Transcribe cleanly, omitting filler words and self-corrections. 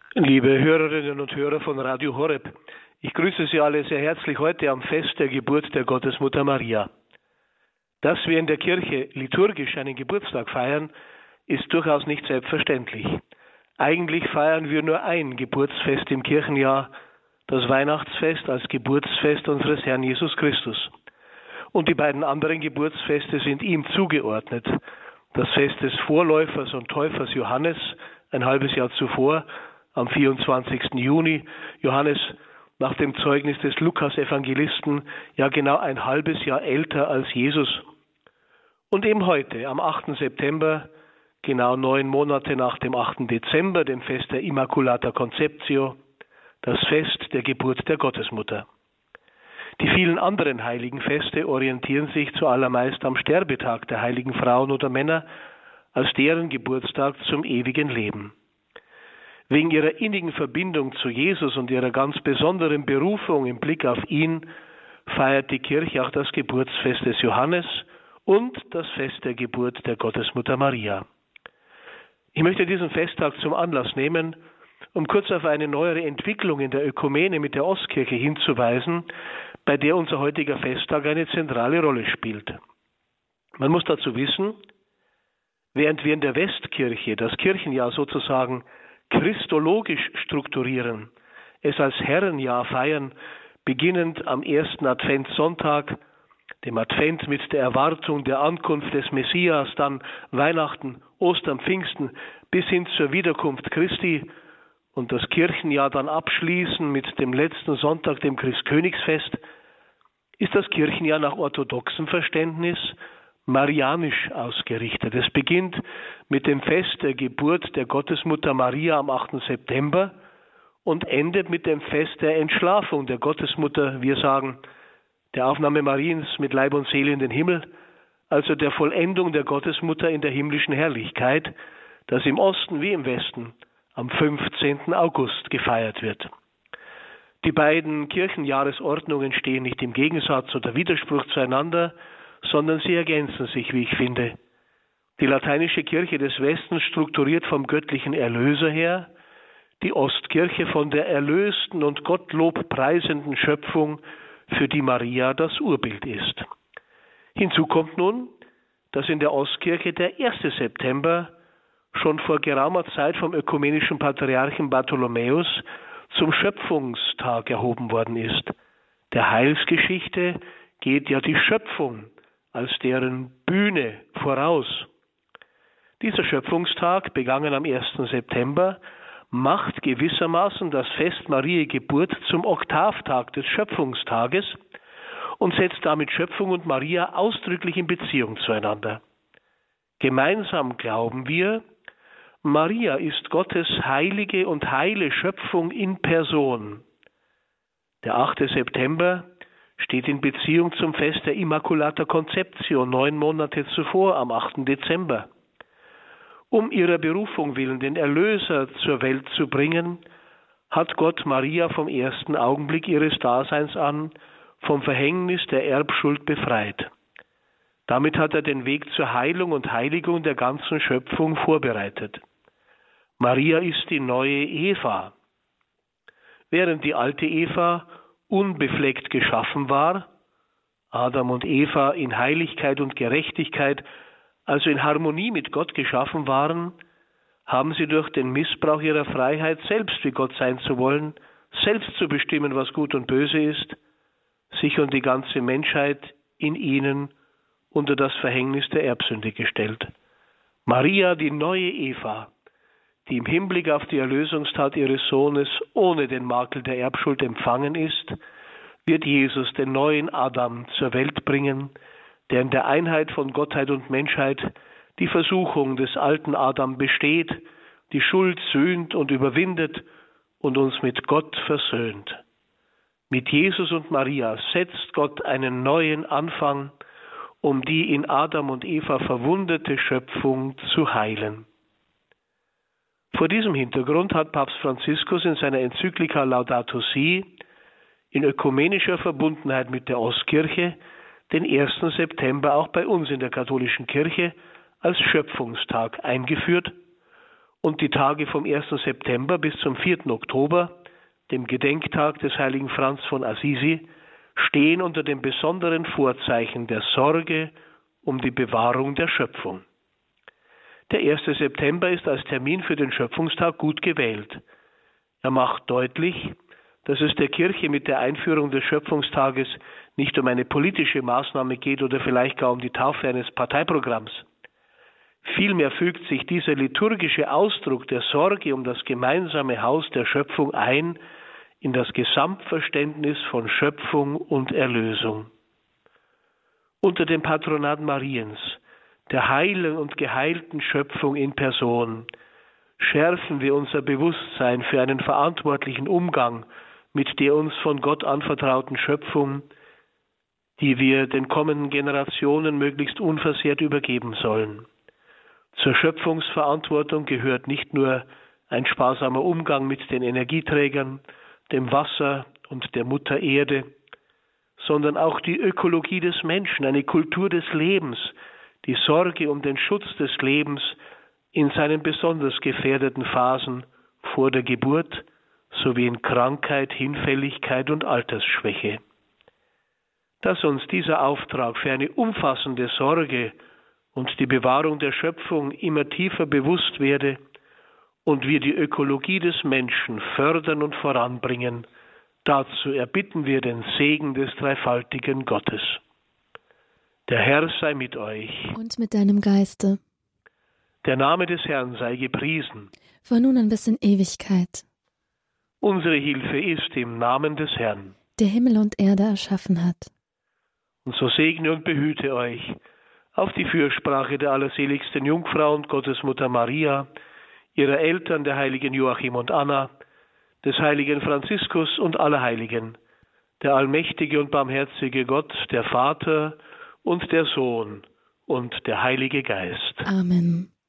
Liebe Hörerinnen und Hörer von Radio Horeb, ich grüße Sie alle sehr herzlich heute am Fest der Geburt der Gottesmutter Maria. Dass wir in der Kirche liturgisch einen Geburtstag feiern, ist durchaus nicht selbstverständlich. Eigentlich feiern wir nur ein Geburtsfest im Kirchenjahr, das Weihnachtsfest als Geburtsfest unseres Herrn Jesus Christus. Und die beiden anderen Geburtsfeste sind ihm zugeordnet. Das Fest des Vorläufers und Täufers Johannes, ein halbes Jahr zuvor, am 24. Juni, Johannes nach dem Zeugnis des Lukas-Evangelisten ja genau ein halbes Jahr älter als Jesus. Und eben heute, am 8. September, genau 9 Monate nach dem 8. Dezember, dem Fest der Immaculata Conceptio, das Fest der Geburt der Gottesmutter. Die vielen anderen heiligen Feste orientieren sich zuallermeist am Sterbetag der heiligen Frauen oder Männer als deren Geburtstag zum ewigen Leben. Wegen ihrer innigen Verbindung zu Jesus und ihrer ganz besonderen Berufung im Blick auf ihn feiert die Kirche auch das Geburtsfest des Johannes und das Fest der Geburt der Gottesmutter Maria. Ich möchte diesen Festtag zum Anlass nehmen, um kurz auf eine neuere Entwicklung in der Ökumene mit der Ostkirche hinzuweisen, bei der unser heutiger Festtag eine zentrale Rolle spielt. Man muss dazu wissen, während wir in der Westkirche das Kirchenjahr sozusagen christologisch strukturieren, es als Herrenjahr feiern, beginnend am 1. Adventssonntag, dem Advent mit der Erwartung der Ankunft des Messias, dann Weihnachten, Ostern, Pfingsten bis hin zur Wiederkunft Christi und das Kirchenjahr dann abschließen mit dem letzten Sonntag, dem Christkönigsfest, ist das Kirchenjahr nach orthodoxem Verständnis marianisch ausgerichtet. Es beginnt mit dem Fest der Geburt der Gottesmutter Maria am 8. September und endet mit dem Fest der Entschlafung der Gottesmutter, wir sagen, der Aufnahme Mariens mit Leib und Seele in den Himmel, also der Vollendung der Gottesmutter in der himmlischen Herrlichkeit, das im Osten wie im Westen am 15. August gefeiert wird. Die beiden Kirchenjahresordnungen stehen nicht im Gegensatz oder Widerspruch zueinander, sondern sie ergänzen sich, wie ich finde. Die lateinische Kirche des Westens strukturiert vom göttlichen Erlöser her, die Ostkirche von der erlösten und Gottlob preisenden Schöpfung, für die Maria das Urbild ist. Hinzu kommt nun, dass in der Ostkirche der 1. September schon vor geraumer Zeit vom ökumenischen Patriarchen Bartholomäus zum Schöpfungstag erhoben worden ist. Der Heilsgeschichte geht ja die Schöpfung als deren Bühne voraus. Dieser Schöpfungstag, begangen am 1. September, macht gewissermaßen das Fest Mariä Geburt zum Oktavtag des Schöpfungstages und setzt damit Schöpfung und Maria ausdrücklich in Beziehung zueinander. Gemeinsam glauben wir, Maria ist Gottes heilige und heile Schöpfung in Person. Der 8. September steht in Beziehung zum Fest der Immaculata Conceptio 9 Monate zuvor, am 8. Dezember. Um ihrer Berufung willen, den Erlöser zur Welt zu bringen, hat Gott Maria vom ersten Augenblick ihres Daseins an vom Verhängnis der Erbschuld befreit. Damit hat er den Weg zur Heilung und Heiligung der ganzen Schöpfung vorbereitet. Maria ist die neue Eva. Während die alte Eva unbefleckt geschaffen war, Adam und Eva in Heiligkeit und Gerechtigkeit, also in Harmonie mit Gott geschaffen waren, haben sie durch den Missbrauch ihrer Freiheit, selbst wie Gott sein zu wollen, selbst zu bestimmen, was gut und böse ist, sich und die ganze Menschheit in ihnen unter das Verhängnis der Erbsünde gestellt. Maria, die neue Eva, die im Hinblick auf die Erlösungstat ihres Sohnes ohne den Makel der Erbschuld empfangen ist, wird Jesus, den neuen Adam, zur Welt bringen, der in der Einheit von Gottheit und Menschheit die Versuchung des alten Adam besteht, die Schuld sühnt und überwindet und uns mit Gott versöhnt. Mit Jesus und Maria setzt Gott einen neuen Anfang, um die in Adam und Eva verwundete Schöpfung zu heilen. Vor diesem Hintergrund hat Papst Franziskus in seiner Enzyklika Laudato Si in ökumenischer Verbundenheit mit der Ostkirche den 1. September auch bei uns in der katholischen Kirche als Schöpfungstag eingeführt Und die Tage vom 1. September bis zum 4. Oktober, dem Gedenktag des heiligen Franz von Assisi, stehen unter dem besonderen Vorzeichen der Sorge um die Bewahrung der Schöpfung. Der 1. September ist als Termin für den Schöpfungstag gut gewählt. Er macht deutlich, dass es der Kirche mit der Einführung des Schöpfungstages nicht um eine politische Maßnahme geht oder vielleicht gar um die Taufe eines Parteiprogramms. Vielmehr fügt sich dieser liturgische Ausdruck der Sorge um das gemeinsame Haus der Schöpfung ein in das Gesamtverständnis von Schöpfung und Erlösung. Unter dem Patronat Mariens, der heilen und geheilten Schöpfung in Person, schärfen wir unser Bewusstsein für einen verantwortlichen Umgang mit der uns von Gott anvertrauten Schöpfung, die wir den kommenden Generationen möglichst unversehrt übergeben sollen. Zur Schöpfungsverantwortung gehört nicht nur ein sparsamer Umgang mit den Energieträgern, dem Wasser und der Mutter Erde, sondern auch die Ökologie des Menschen, eine Kultur des Lebens, die Sorge um den Schutz des Lebens in seinen besonders gefährdeten Phasen vor der Geburt sowie in Krankheit, Hinfälligkeit und Altersschwäche. Dass uns dieser Auftrag für eine umfassende Sorge und die Bewahrung der Schöpfung immer tiefer bewusst werde und wir die Ökologie des Menschen fördern und voranbringen, dazu erbitten wir den Segen des dreifaltigen Gottes. Der Herr sei mit euch. Und mit deinem Geiste. Der Name des Herrn sei gepriesen. Von nun an bis in Ewigkeit. Unsere Hilfe ist im Namen des Herrn, der Himmel und Erde erschaffen hat. Und so segne und behüte euch auf die Fürsprache der allerseligsten Jungfrau und Gottesmutter Maria, ihrer Eltern, der heiligen Joachim und Anna, des heiligen Franziskus und aller Heiligen, der allmächtige und barmherzige Gott, der Vater und der Sohn und der Heilige Geist. Amen.